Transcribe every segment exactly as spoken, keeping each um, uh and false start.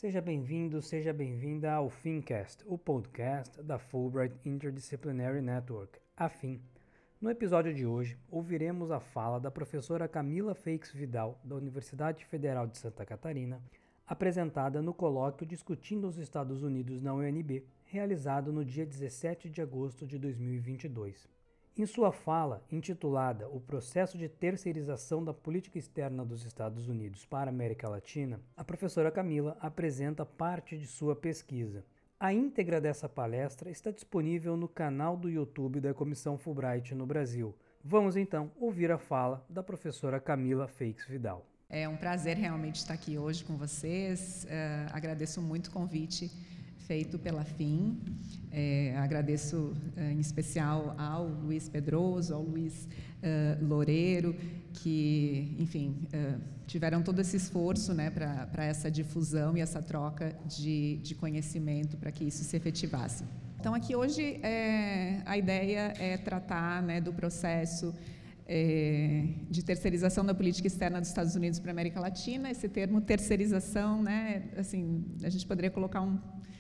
Seja bem-vindo, seja bem-vinda ao FinCast, o podcast da Fulbright Interdisciplinary Network, a FIN. No episódio de hoje, ouviremos a fala da professora Camila Feix Vidal, da Universidade Federal de Santa Catarina, apresentada no colóquio Discutindo os Estados Unidos na U N B, realizado no dia dezessete de agosto de dois mil e vinte e dois. Em sua fala, intitulada O Processo de Terceirização da Política Externa dos Estados Unidos para a América Latina, a professora Camila apresenta parte de sua pesquisa. A íntegra dessa palestra está disponível no canal do YouTube da Comissão Fulbright no Brasil. Vamos então ouvir a fala da professora Camila Feix Vidal. É um prazer realmente estar aqui hoje com vocês. Uh, agradeço muito o convite feito pela FIN. É, agradeço uh, em especial ao Luiz Pedroso, ao Luiz uh, Loureiro, que, enfim, uh, tiveram todo esse esforço, né, para essa difusão e essa troca de, de conhecimento para que isso se efetivasse. Então, aqui hoje é, a ideia é tratar, né, do processo é, de terceirização da política externa dos Estados Unidos para a América Latina. Esse termo terceirização, né, assim, a gente poderia colocar um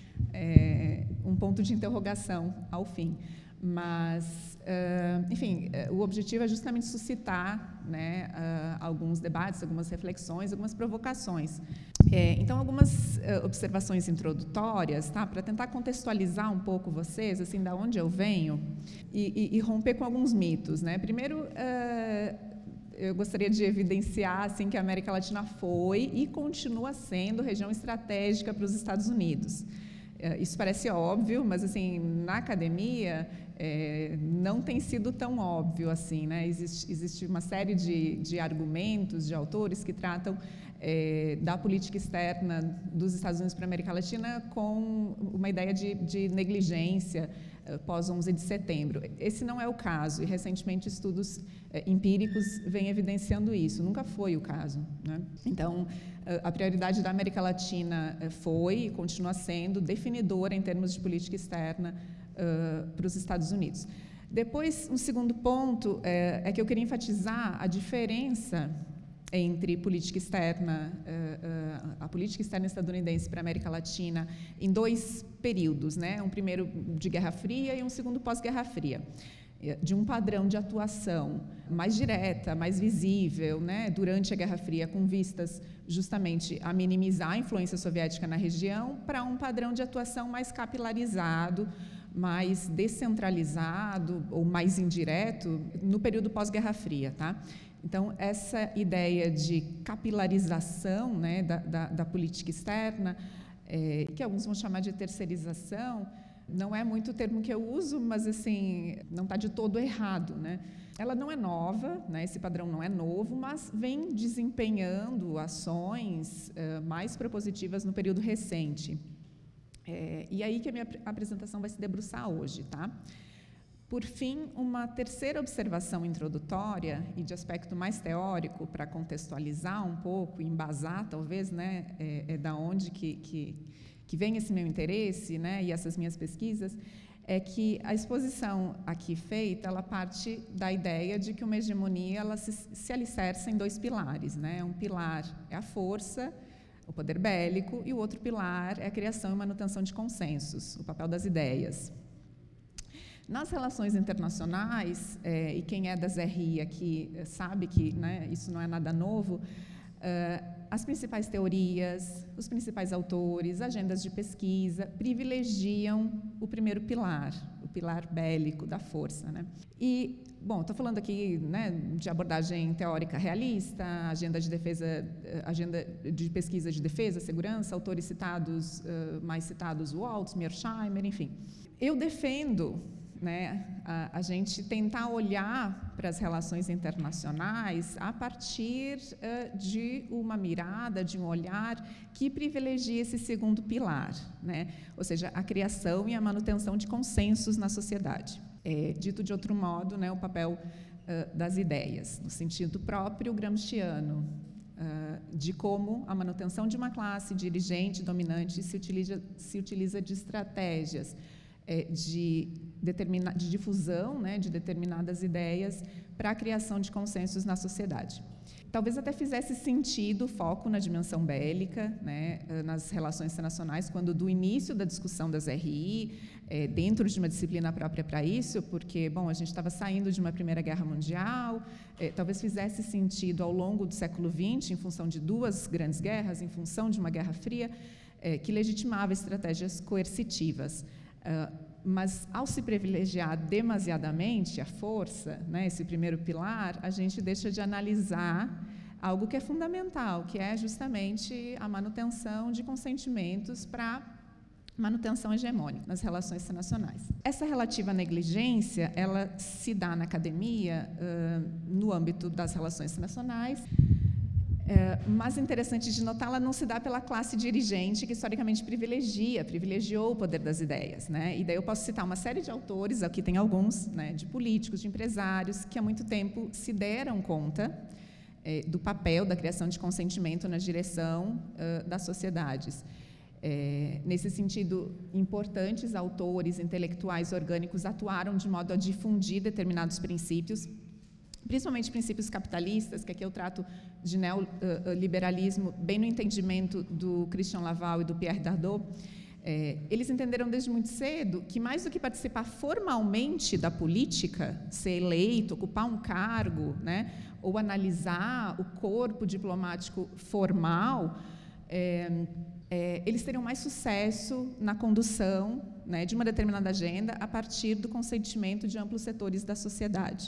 É, um ponto de interrogação ao fim, mas, uh, enfim, uh, o objetivo é justamente suscitar, né, uh, alguns debates, algumas reflexões, algumas provocações. É, então, algumas uh, observações introdutórias, tá, para tentar contextualizar um pouco vocês, assim, da onde eu venho e, e, e romper com alguns mitos, né. Primeiro, uh, eu gostaria de evidenciar, assim, que a América Latina foi e continua sendo região estratégica para os Estados Unidos. Isso parece óbvio, mas, assim, na academia é, não tem sido tão óbvio assim, né? Existe, existe uma série de, de argumentos, de autores que tratam é, da política externa dos Estados Unidos para a América Latina com uma ideia de, de negligência pós onze de setembro. Esse não é o caso, e recentemente estudos é, empíricos vêm evidenciando isso. Nunca foi o caso, né? Então, a prioridade da América Latina foi e continua sendo definidora em termos de política externa uh, para os Estados Unidos. Depois, um segundo ponto é, é que eu queria enfatizar a diferença entre política externa, uh, uh, a política externa estadunidense para a América Latina em dois períodos, né? Um primeiro de Guerra Fria e um segundo pós-Guerra Fria, de um padrão de atuação mais direta, mais visível, né, durante a Guerra Fria, com vistas justamente a minimizar a influência soviética na região, para um padrão de atuação mais capilarizado, mais descentralizado ou mais indireto no período pós-Guerra Fria, tá? Então, essa ideia de capilarização, né, da, da, da política externa, é, que alguns vão chamar de terceirização, não é muito o termo que eu uso, mas, assim, não está de todo errado, né? Ela não é nova, né? Esse padrão não é novo, mas vem desempenhando ações uh, mais propositivas no período recente. É, e aí que a minha apresentação vai se debruçar hoje, tá? Por fim, uma terceira observação introdutória e de aspecto mais teórico, para contextualizar um pouco, embasar, talvez, né, é, é da onde que, que, que vem esse meu interesse, né, e essas minhas pesquisas, é que a exposição aqui feita, ela parte da ideia de que uma hegemonia ela se, se alicerça em dois pilares, né? Um pilar é a força, o poder bélico, e o outro pilar é a criação e manutenção de consensos, o papel das ideias. Nas relações internacionais, é, e quem é das R I aqui sabe que, né, isso não é nada novo, uh, as principais teorias, os principais autores, agendas de pesquisa, privilegiam o primeiro pilar, o pilar bélico da força, né? E, bom, estou falando aqui, né, de abordagem teórica realista, agenda de defesa, agenda de pesquisa de defesa, segurança, autores citados, uh, mais citados, Waltz, Mearsheimer, enfim. Eu defendo, né, a, a gente tentar olhar para as relações internacionais a partir uh, de uma mirada, de um olhar que privilegia esse segundo pilar, né, ou seja, a criação e a manutenção de consensos na sociedade. É, dito de outro modo, né, o papel uh, das ideias, no sentido próprio gramsciano, uh, de como a manutenção de uma classe dirigente, dominante, se utiliza, se utiliza de estratégias é, de, determina, de difusão, né, de determinadas ideias para a criação de consensos na sociedade. talvez até fizesse sentido o foco na dimensão bélica, né, nas relações internacionais, quando do início da discussão das R I, é, dentro de uma disciplina própria para isso, porque, bom, a gente estava saindo de uma Primeira Guerra Mundial, é, talvez fizesse sentido ao longo do século vinte, em função de duas grandes guerras, em função de uma Guerra Fria, é, que legitimava estratégias coercitivas. Uh, mas, ao se privilegiar demasiadamente a força, né, esse primeiro pilar, a gente deixa de analisar algo que é fundamental, que é justamente a manutenção de consentimentos para manutenção hegemônica nas relações internacionais. Essa relativa negligência, ela se dá na academia, uh, no âmbito das relações internacionais. É, mas interessante de notar, ela não se dá pela classe dirigente que historicamente privilegia, privilegiou o poder das ideias, né? E daí eu posso citar uma série de autores, aqui tem alguns, né, de políticos, de empresários, que há muito tempo se deram conta é, do papel da criação de consentimento na direção uh, das sociedades. É, nesse sentido, importantes autores intelectuais orgânicos atuaram de modo a difundir determinados princípios, principalmente princípios capitalistas, que aqui eu trato de neoliberalismo, bem no entendimento do Christian Laval e do Pierre Dardot. É, eles entenderam desde muito cedo que, mais do que participar formalmente da política, ser eleito, ocupar um cargo, né, ou analisar o corpo diplomático formal, é, é, eles teriam mais sucesso na condução, né, de uma determinada agenda a partir do consentimento de amplos setores da sociedade,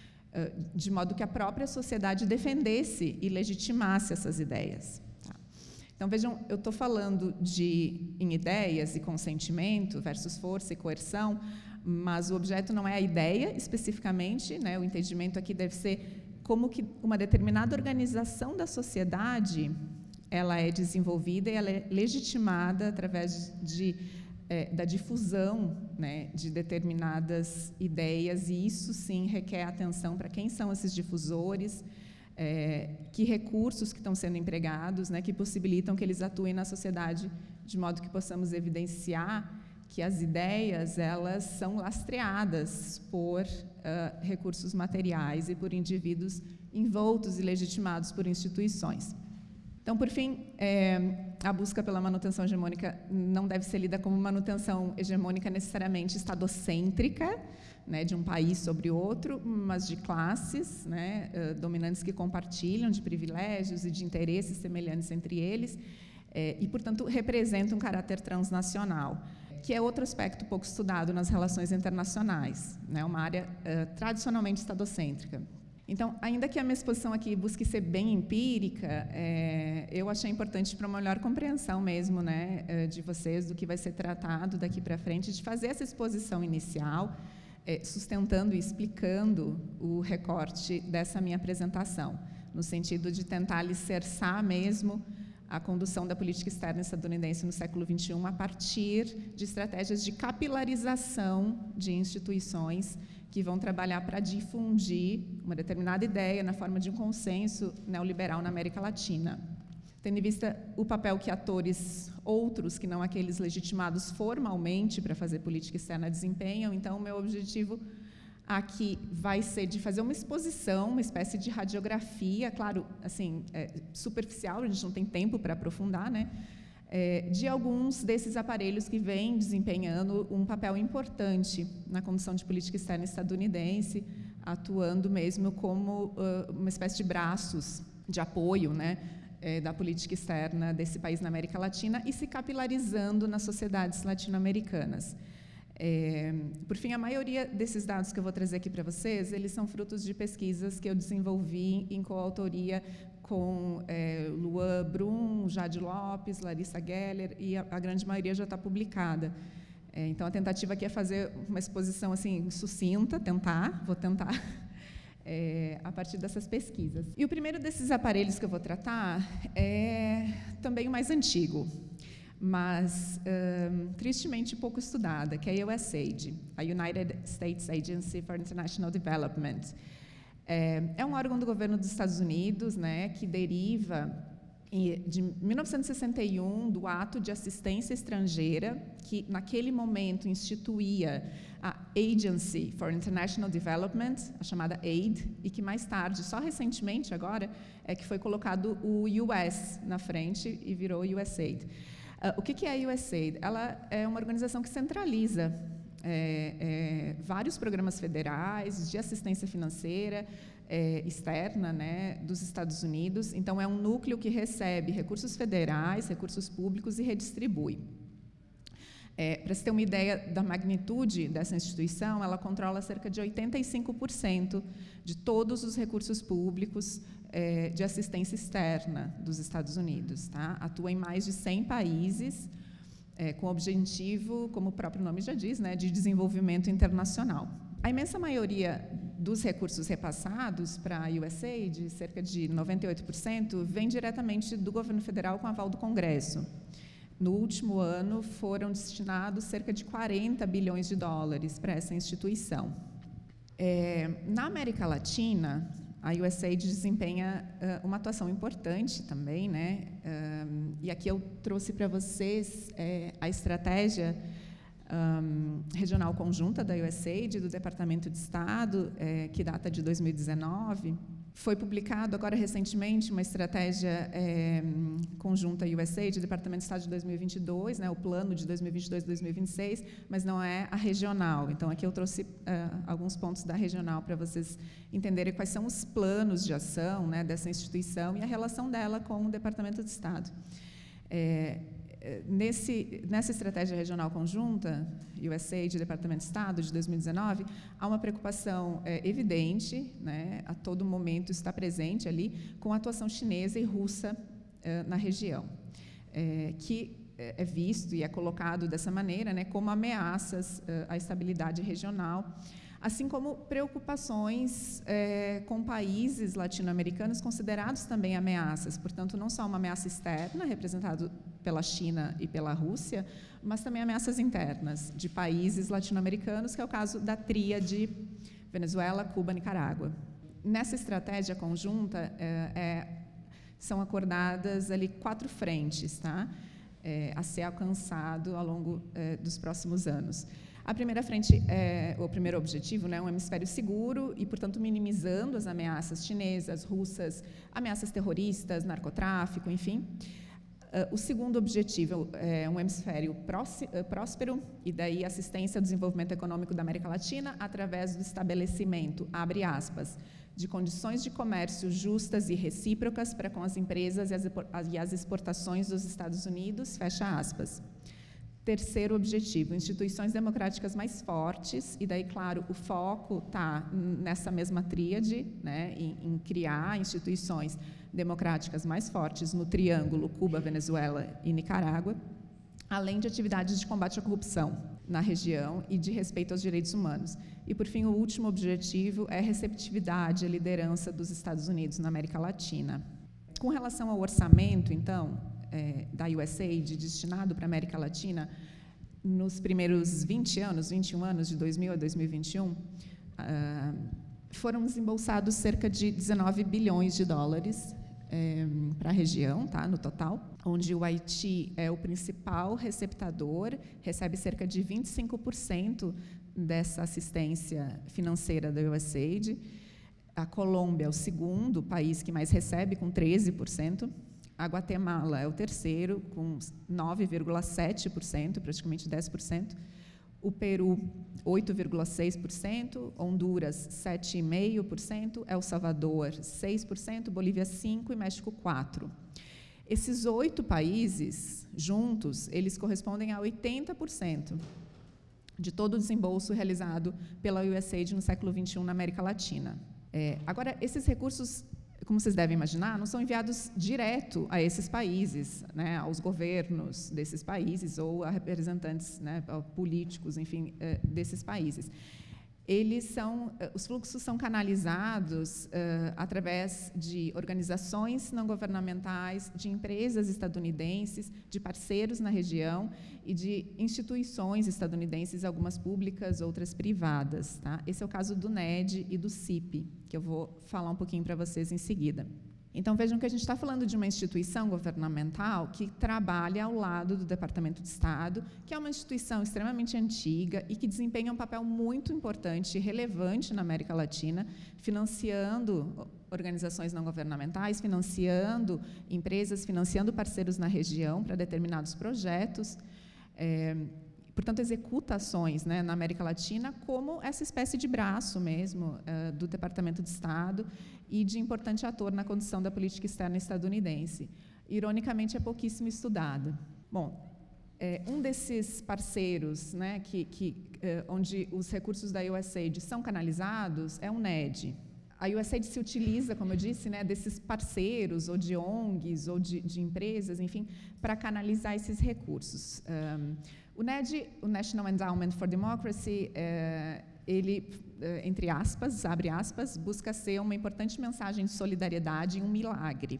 de modo que a própria sociedade defendesse e legitimasse essas ideias. Tá? Então, vejam, eu estou falando de, em ideias e consentimento versus força e coerção, mas o objeto não é a ideia especificamente, né? O entendimento aqui deve ser como que uma determinada organização da sociedade ela é desenvolvida e ela é legitimada através de É, da difusão, né, de determinadas ideias, e isso sim requer atenção para quem são esses difusores, é, que recursos que estão sendo empregados, né, que possibilitam que eles atuem na sociedade, de modo que possamos evidenciar que as ideias elas são lastreadas por uh, recursos materiais e por indivíduos envoltos e legitimados por instituições. Então, por fim, é, a busca pela manutenção hegemônica não deve ser lida como manutenção hegemônica necessariamente estadocêntrica, né, de um país sobre outro, mas de classes, né, uh, dominantes que compartilham de privilégios e de interesses semelhantes entre eles, é, e, portanto, representa um caráter transnacional, que é outro aspecto pouco estudado nas relações internacionais, né, uma área uh, tradicionalmente estadocêntrica. Então, ainda que a minha exposição aqui busque ser bem empírica, é, eu achei importante para uma melhor compreensão mesmo, né, de vocês, do que vai ser tratado daqui para frente, de fazer essa exposição inicial, é, sustentando e explicando o recorte dessa minha apresentação, no sentido de tentar alicerçar mesmo a condução da política externa estadunidense no século vinte e um a partir de estratégias de capilarização de instituições que vão trabalhar para difundir uma determinada ideia na forma de um consenso neoliberal na América Latina. Tendo em vista o papel que atores outros, que não aqueles legitimados formalmente para fazer política externa, desempenham, então o meu objetivo aqui vai ser de fazer uma exposição, uma espécie de radiografia, claro, assim, é, superficial, a gente não tem tempo para aprofundar, né? É, de alguns desses aparelhos que vêm desempenhando um papel importante na condução de política externa estadunidense, atuando mesmo como uh, uma espécie de braços de apoio, né, é, da política externa desse país na América Latina e se capilarizando nas sociedades latino-americanas. É, por fim, a maioria desses dados que eu vou trazer aqui para vocês, eles são frutos de pesquisas que eu desenvolvi em coautoria com é, Luan Brum, Jade Lopes, Larissa Geller, e a, a grande maioria já está publicada. É, então, a tentativa aqui é fazer uma exposição assim, sucinta, tentar, vou tentar, é, a partir dessas pesquisas. E o primeiro desses aparelhos que eu vou tratar é também o mais antigo, mas um, tristemente pouco estudada, que é a U S A I D, a United States Agency for International Development. É, é um órgão do governo dos Estados Unidos, né, que deriva de mil novecentos e sessenta e um do Ato de Assistência Estrangeira, que naquele momento instituía a Agency for International Development, a chamada AID, e que mais tarde, só recentemente agora, é que foi colocado o U S na frente e virou U S A I D. Uh, o que, que é a U S A I D? Ela é uma organização que centraliza é, é, vários programas federais de assistência financeira é, externa, né, dos Estados Unidos. Então, é um núcleo que recebe recursos federais, recursos públicos e redistribui. É, para você ter uma ideia da magnitude dessa instituição, ela controla cerca de oitenta e cinco por cento de todos os recursos públicos é, de assistência externa dos Estados Unidos. Tá? Atua em mais de cem países, é, com o objetivo, como o próprio nome já diz, né, de desenvolvimento internacional. A imensa maioria dos recursos repassados para a U S A I D, cerca de noventa e oito por cento, vem diretamente do governo federal com aval do Congresso. No último ano, foram destinados cerca de quarenta bilhões de dólares para essa instituição. É, na América Latina, a U S A I D desempenha uh, uma atuação importante também, né? Um, e aqui eu trouxe para vocês é, a estratégia um, regional conjunta da U S A I D, do Departamento de Estado, é, que data de dois mil e dezenove. Foi publicado agora recentemente uma estratégia é, conjunta U S A I D, Departamento de Estado de dois mil e vinte e dois, né, o plano de dois mil e vinte e dois a dois mil e vinte e seis, mas não é a regional. Então, aqui eu trouxe uh, alguns pontos da regional para vocês entenderem quais são os planos de ação, né, dessa instituição e a relação dela com o Departamento de Estado. É, Nesse, nessa estratégia regional conjunta, U S A I D e Departamento de Estado, de dois mil e dezenove, há uma preocupação é, evidente, né, a todo momento está presente ali, com a atuação chinesa e russa é, na região, é, que é visto e é colocado dessa maneira, né, como ameaças é, à estabilidade regional, assim como preocupações é, com países latino-americanos considerados também ameaças, portanto, não só uma ameaça externa, representado pela China e pela Rússia, mas também ameaças internas de países latino-americanos, que é o caso da tríade Venezuela, Cuba, Nicarágua. Nessa estratégia conjunta, é, é, são acordadas ali quatro frentes, tá? É, a ser alcançado ao longo é, dos próximos anos. A primeira frente, é, o primeiro objetivo, né, um hemisfério seguro e, portanto, minimizando as ameaças chinesas, russas, ameaças terroristas, narcotráfico, enfim. Uh, o segundo objetivo é um hemisfério próspero e, daí, assistência ao desenvolvimento econômico da América Latina através do estabelecimento, abre aspas, de condições de comércio justas e recíprocas para com as empresas e as, e as exportações dos Estados Unidos, fecha aspas. Terceiro objetivo, instituições democráticas mais fortes, e daí, claro, o foco está nessa mesma tríade, né, em, em criar instituições democráticas mais fortes no triângulo Cuba, Venezuela e Nicarágua, além de atividades de combate à corrupção na região e de respeito aos direitos humanos. E, por fim, o último objetivo é a receptividade à liderança dos Estados Unidos na América Latina. Com relação ao orçamento, então, É, da U S A I D destinado para a América Latina, nos primeiros vinte anos, vinte e um anos, de dois mil a dois mil e vinte e um, ah, foram desembolsados cerca de dezenove bilhões de dólares é, para a região, tá, no total, onde o Haiti é o principal receptador, recebe cerca de vinte e cinco por cento dessa assistência financeira da U S A I D. A Colômbia é o segundo país que mais recebe, com treze por cento. A Guatemala é o terceiro, com nove vírgula sete por cento, praticamente dez por cento. O Peru, oito vírgula seis por cento. Honduras, sete vírgula cinco por cento. El Salvador, seis por cento. Bolívia, cinco por cento. E México, quatro por cento. Esses oito países, juntos, eles correspondem a oitenta por cento de todo o desembolso realizado pela U S A I D no século vinte e um na América Latina. É, agora, esses recursos, como vocês devem imaginar, não são enviados direto a esses países, né, aos governos desses países ou a representantes, né, políticos, enfim, desses países. Eles são, os fluxos são canalizados uh, através de organizações não governamentais, de empresas estadunidenses, de parceiros na região e de instituições estadunidenses, algumas públicas, outras privadas. Tá? Esse é o caso do N E D e do C I P, que eu vou falar um pouquinho para vocês em seguida. Então, vejam que a gente está falando de uma instituição governamental que trabalha ao lado do Departamento de Estado, que é uma instituição extremamente antiga e que desempenha um papel muito importante e relevante na América Latina, financiando organizações não governamentais, financiando empresas, financiando parceiros na região para determinados projetos. É, portanto, executa ações, né, na América Latina como essa espécie de braço mesmo uh, do Departamento de Estado e de importante ator na condução da política externa estadunidense. Ironicamente, é pouquíssimo estudada. Bom, é, um desses parceiros, né, que, que, uh, onde os recursos da U S A I D são canalizados é o N E D. A U S A I D se utiliza, como eu disse, né, desses parceiros, ou de O N Gs, ou de, de empresas, enfim, para canalizar esses recursos. Um, o N E D, o National Endowment for Democracy, é, ele, entre aspas, abre aspas, busca ser uma importante mensagem de solidariedade e um milagre,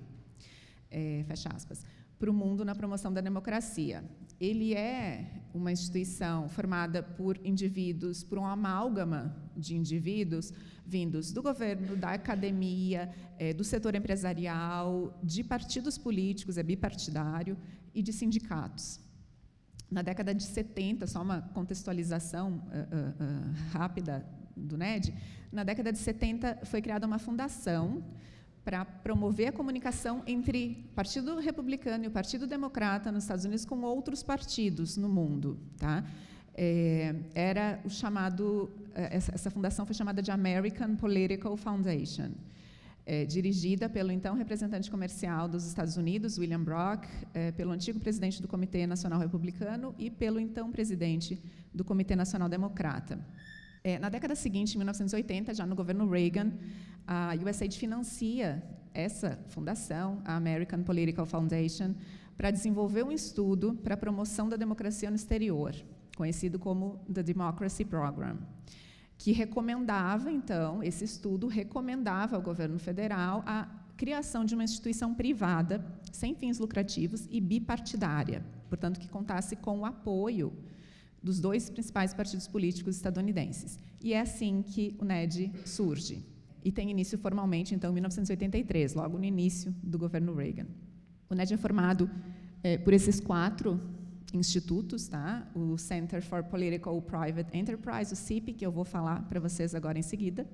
é, fecha aspas, para o mundo na promoção da democracia. Ele é uma instituição formada por indivíduos, por um amálgama de indivíduos vindos do governo, da academia, é, do setor empresarial, de partidos políticos, é bipartidário, e de sindicatos. Na década de setenta, só uma contextualização uh, uh, uh, rápida do N E D, na década de setenta foi criada uma fundação para promover a comunicação entre o Partido Republicano e o Partido Democrata nos Estados Unidos com outros partidos no mundo. Tá? É, era o chamado, essa, essa fundação foi chamada de American Political Foundation, é, dirigida pelo então representante comercial dos Estados Unidos, William Brock, é, pelo antigo presidente do Comitê Nacional Republicano e pelo então presidente do Comitê Nacional Democrata. É, na década seguinte, em mil novecentos e oitenta, já no governo Reagan, a U S A I D financia essa fundação, a American Political Foundation, para desenvolver um estudo para a promoção da democracia no exterior, conhecido como The Democracy Program, que recomendava, então, esse estudo recomendava ao governo federal a criação de uma instituição privada, sem fins lucrativos e bipartidária, portanto, que contasse com o apoio dos dois principais partidos políticos estadunidenses. E é assim que o N E D surge. E tem início formalmente, então, em mil novecentos e oitenta e três, logo no início do governo Reagan. O N E D é formado é, por esses quatro institutos, tá? O Center for Political Private Enterprise, o C I P, que eu vou falar para vocês agora em seguida.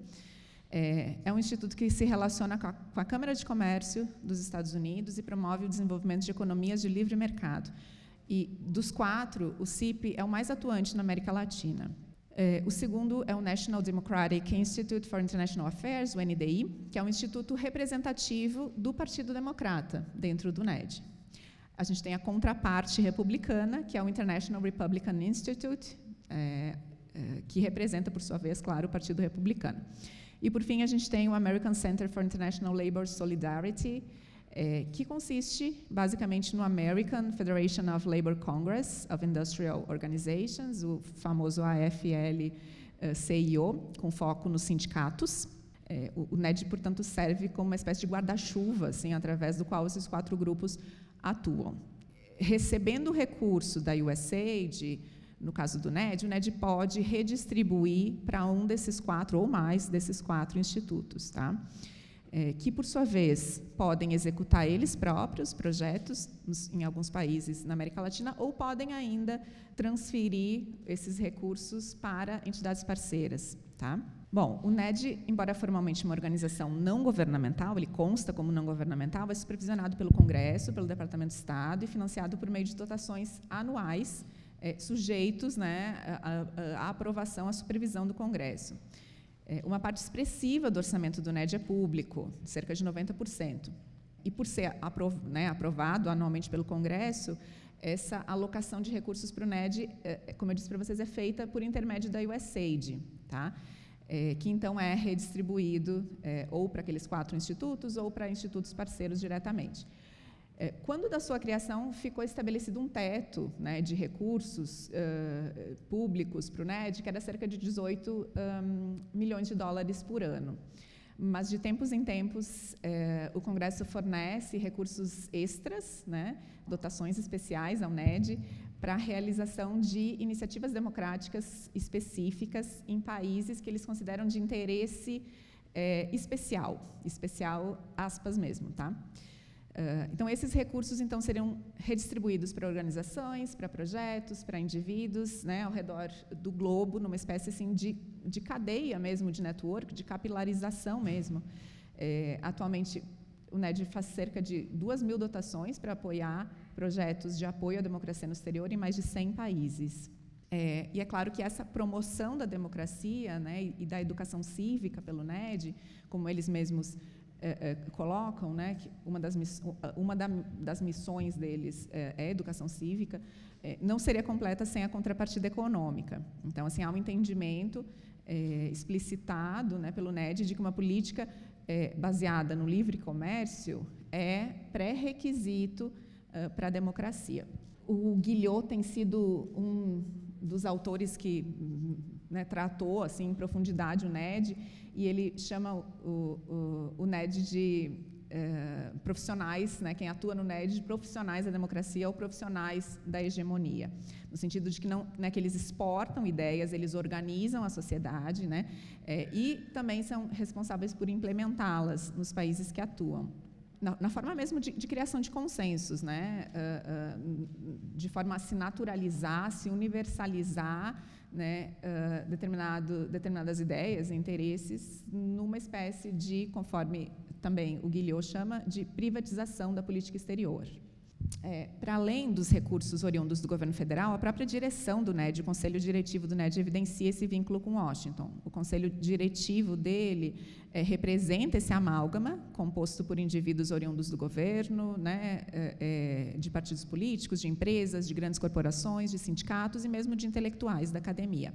É, é um instituto que se relaciona com a, com a Câmara de Comércio dos Estados Unidos e promove o desenvolvimento de economias de livre mercado. E, dos quatro, o C I P é o mais atuante na América Latina. É, o segundo é o National Democratic Institute for International Affairs, o N D I, que é um instituto representativo do Partido Democrata, dentro do N E D. A gente tem a contraparte republicana, que é o International Republican Institute, é, é, que representa, por sua vez, claro, o Partido Republicano. E, por fim, a gente tem o American Center for International Labor Solidarity, É, que consiste, basicamente, no American Federation of Labor Congress of Industrial Organizations, o famoso A F L C I O, com foco nos sindicatos. É, o, o N E D, portanto, serve como uma espécie de guarda-chuva, assim, através do qual esses quatro grupos atuam. Recebendo o recurso da U S A I D, no caso do N E D, o N E D pode redistribuir para um desses quatro, ou mais desses quatro institutos, tá? É, que, por sua vez, podem executar eles próprios projetos nos, em alguns países na América Latina, ou podem ainda transferir esses recursos para entidades parceiras. Tá? Bom, o N E D, embora formalmente uma organização não governamental, ele consta como não governamental, é supervisionado pelo Congresso, pelo Departamento de Estado e financiado por meio de dotações anuais, é, sujeitos, né, à aprovação, à supervisão do Congresso. Uma parte expressiva do orçamento do N E D é público, cerca de noventa por cento. E, por ser aprov, né, aprovado anualmente pelo Congresso, essa alocação de recursos para o N E D, como eu disse para vocês, é feita por intermédio da U S A I D, tá? É, que, então, é redistribuído é, ou para aqueles quatro institutos ou para institutos parceiros diretamente. É, quando da sua criação ficou estabelecido um teto, né, de recursos uh, públicos para o N E D, que era cerca de dezoito um, milhões de dólares por ano. Mas, de tempos em tempos, eh, o Congresso fornece recursos extras, né, dotações especiais ao N E D, para a realização de iniciativas democráticas específicas em países que eles consideram de interesse é, especial, especial aspas mesmo, tá? Uh, então, esses recursos, então, seriam redistribuídos para organizações, para projetos, para indivíduos, né, ao redor do globo, numa espécie, assim, de, de cadeia mesmo, de network, de capilarização mesmo. É, atualmente, o N E D faz cerca de duas mil dotações para apoiar projetos de apoio à democracia no exterior em mais de cem países. É, e é claro que essa promoção da democracia, né, e, e da educação cívica pelo N E D, como eles mesmos É, é, colocam, né, que uma das, uma da, das missões deles é, é a educação cívica, é, não seria completa sem a contrapartida econômica. Então, assim, há um entendimento é, explicitado, né, pelo N E D de que uma política é, baseada no livre comércio é pré-requisito é, para a democracia. O Guillot tem sido um dos autores que, né, tratou assim, em profundidade o N E D, e ele chama o, o, o N E D de eh, profissionais, né, quem atua no N E D, de profissionais da democracia ou profissionais da hegemonia, no sentido de que, não, né, que eles exportam ideias, eles organizam a sociedade, né, eh, e também são responsáveis por implementá-las nos países que atuam. Na, na forma mesmo de, de criação de consensos, né, uh, uh, de forma a se naturalizar, se universalizar, né, uh, determinado, determinadas ideias e interesses numa espécie de, conforme também o Guillot chama, de privatização da política exterior. É, para além dos recursos oriundos do governo federal, a própria direção do N E D, o conselho diretivo do N E D, evidencia esse vínculo com Washington. O conselho diretivo dele é, representa esse amálgama, composto por indivíduos oriundos do governo, né, é, é, de partidos políticos, de empresas, de grandes corporações, de sindicatos e mesmo de intelectuais da academia.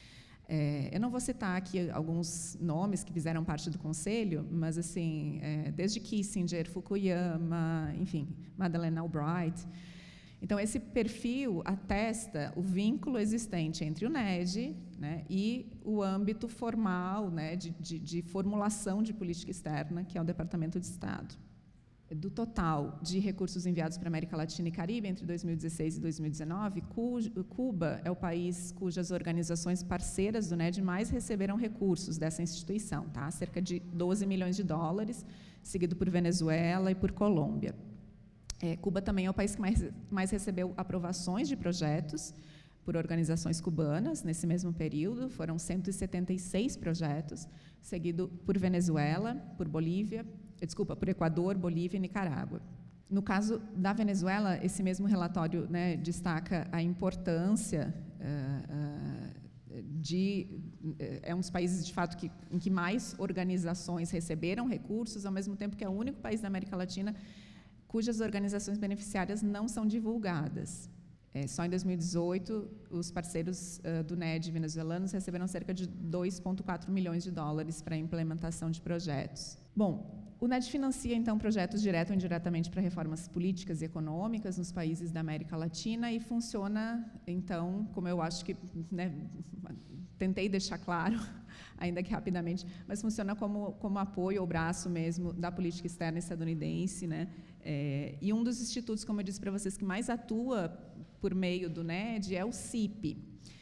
É, eu não vou citar aqui alguns nomes que fizeram parte do conselho, mas, assim, é, desde Kissinger, Fukuyama, enfim, Madeleine Albright. Então, esse perfil atesta o vínculo existente entre o N E D, né, e o âmbito formal, né, de, de, de formulação de política externa, que é o Departamento de Estado. Do total de recursos enviados para a América Latina e Caribe entre dois mil e dezesseis e dois mil e dezenove, Cuba é o país cujas organizações parceiras do N E D mais receberam recursos dessa instituição, tá? Cerca de doze milhões de dólares, seguido por Venezuela e por Colômbia. É, Cuba também é o país que mais, mais recebeu aprovações de projetos por organizações cubanas nesse mesmo período, foram cento e setenta e seis projetos, seguido por Venezuela, por Bolívia, desculpa, por Equador, Bolívia e Nicarágua. No caso da Venezuela, esse mesmo relatório, né, destaca a importância uh, uh, de... Uh, é um dos países, de fato, que, em que mais organizações receberam recursos, ao mesmo tempo que é o único país da América Latina cujas organizações beneficiárias não são divulgadas. É, só em dois mil e dezoito, os parceiros uh, do N E D venezuelanos receberam cerca de dois vírgula quatro milhões de dólares para a implementação de projetos. Bom, o N E D financia, então, projetos direto ou indiretamente para reformas políticas e econômicas nos países da América Latina e funciona, então, como eu acho que, né, tentei deixar claro, ainda que rapidamente, mas funciona como, como apoio ou braço mesmo da política externa estadunidense, né? É, e um dos institutos, como eu disse para vocês, que mais atua por meio do N E D é o C I P.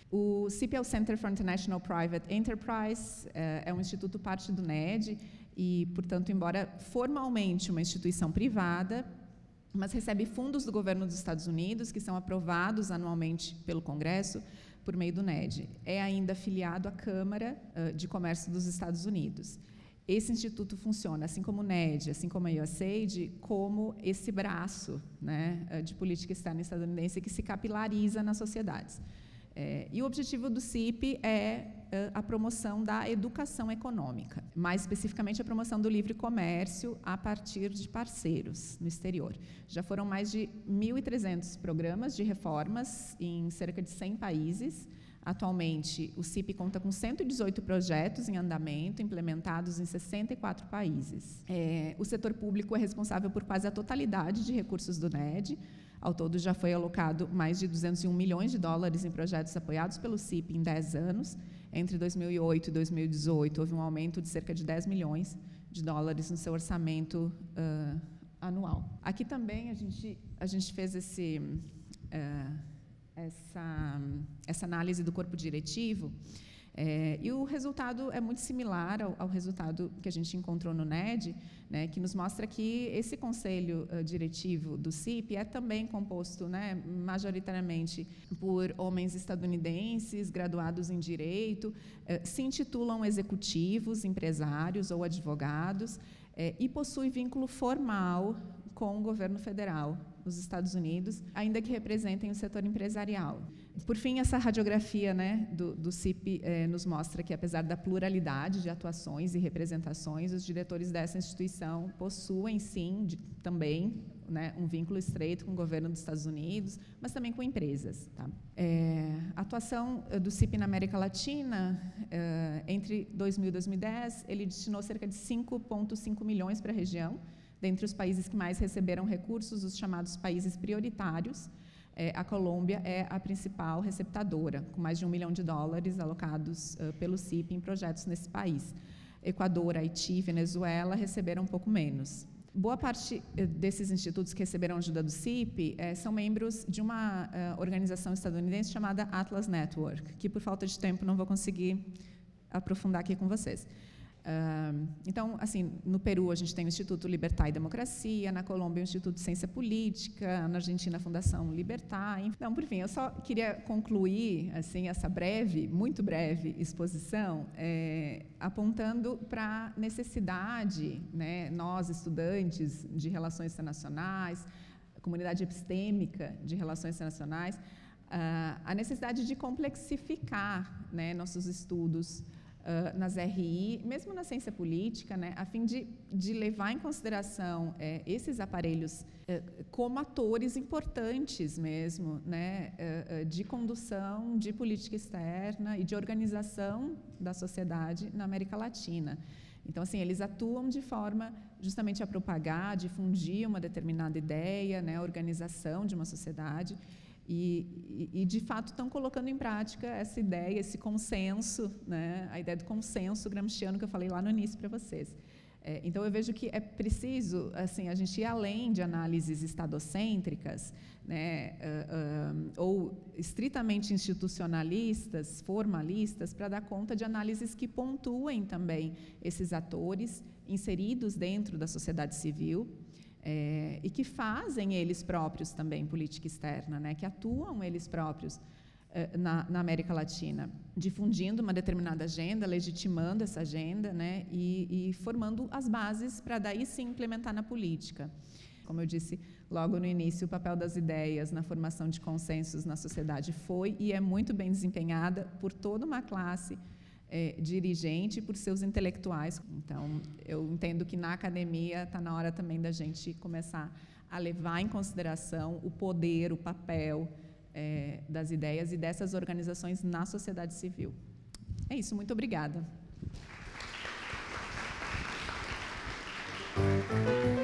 O C I P é o Center for International Private Enterprise, é, é um instituto parte do N E D e, portanto, embora formalmente uma instituição privada, mas recebe fundos do governo dos Estados Unidos, que são aprovados anualmente pelo Congresso por meio do N E D. É ainda afiliado à Câmara uh, de Comércio dos Estados Unidos. Esse instituto funciona, assim como o N E D, assim como a U S A I D, como esse braço, né, de política externa estadunidense que se capilariza nas sociedades. É, e o objetivo do C I P é a promoção da educação econômica, mais especificamente a promoção do livre comércio a partir de parceiros no exterior. Já foram mais de mil e trezentos programas de reformas em cerca de cem países. Atualmente, o C I P conta com cento e dezoito projetos em andamento, implementados em sessenta e quatro países. É, o setor público é responsável por quase a totalidade de recursos do N E D. Ao todo, já foi alocado mais de duzentos e um milhões de dólares em projetos apoiados pelo C I P em dez anos. Entre dois mil e oito e dois mil e dezoito, houve um aumento de cerca de dez milhões de dólares no seu orçamento uh, anual. Aqui também a gente, a gente fez esse... Uh, Essa, essa análise do corpo diretivo, É, e o resultado é muito similar ao, ao resultado que a gente encontrou no N E D, né, que nos mostra que esse conselho uh, diretivo do C I P é também composto, né, majoritariamente por homens estadunidenses, graduados em Direito, uh, se intitulam executivos, empresários ou advogados, uh, e possui vínculo formal com o governo federal, os Estados Unidos, ainda que representem o setor empresarial. Por fim, essa radiografia, né, do, do C I P eh, nos mostra que, apesar da pluralidade de atuações e representações, os diretores dessa instituição possuem, sim, de, também, né, um vínculo estreito com o governo dos Estados Unidos, mas também com empresas. Tá? É, a atuação do C I P na América Latina, é, entre dois mil e dois mil e dez, ele destinou cerca de cinco vírgula cinco milhões para a região, dentre os países que mais receberam recursos, os chamados países prioritários. É, a Colômbia é a principal receptadora, com mais de um milhão de dólares alocados uh, pelo C I P em projetos nesse país. Equador, Haiti e Venezuela receberam um pouco menos. Boa parte desses institutos que receberam ajuda do C I P eh, são membros de uma uh, organização estadunidense chamada Atlas Network, que, por falta de tempo, não vou conseguir aprofundar aqui com vocês. Uh, então, assim, no Peru a gente tem o Instituto Libertar e Democracia, na Colômbia o Instituto de Ciência Política, na Argentina a Fundação Libertar. Então, por fim, eu só queria concluir assim essa breve, muito breve exposição, é, apontando para a necessidade, né, nós estudantes de relações internacionais, comunidade epistêmica de relações internacionais, uh, a necessidade de complexificar, né, nossos estudos Uh, nas R I, mesmo na ciência política, né, a fim de, de levar em consideração é, esses aparelhos é, como atores importantes mesmo, né, é, de condução de política externa e de organização da sociedade na América Latina. Então, assim, eles atuam de forma justamente a propagar, difundir uma determinada ideia, né, a organização de uma sociedade. E, e, de fato, estão colocando em prática essa ideia, esse consenso, né, a ideia do consenso gramsciano que eu falei lá no início para vocês. É, então, eu vejo que é preciso, assim, a gente ir além de análises estadocêntricas, né, uh, uh, ou estritamente institucionalistas, formalistas, para dar conta de análises que pontuem também esses atores inseridos dentro da sociedade civil, É, e que fazem eles próprios também política externa, né, que atuam eles próprios é, na, na América Latina, difundindo uma determinada agenda, legitimando essa agenda, né, e, e formando as bases para daí sim implementar na política. Como eu disse logo no início, o papel das ideias na formação de consensos na sociedade foi e é muito bem desempenhada por toda uma classe É, dirigente por seus intelectuais. Então, eu entendo que na academia está na hora também da gente começar a levar em consideração o poder, o papel é, das ideias e dessas organizações na sociedade civil. É isso, muito obrigada.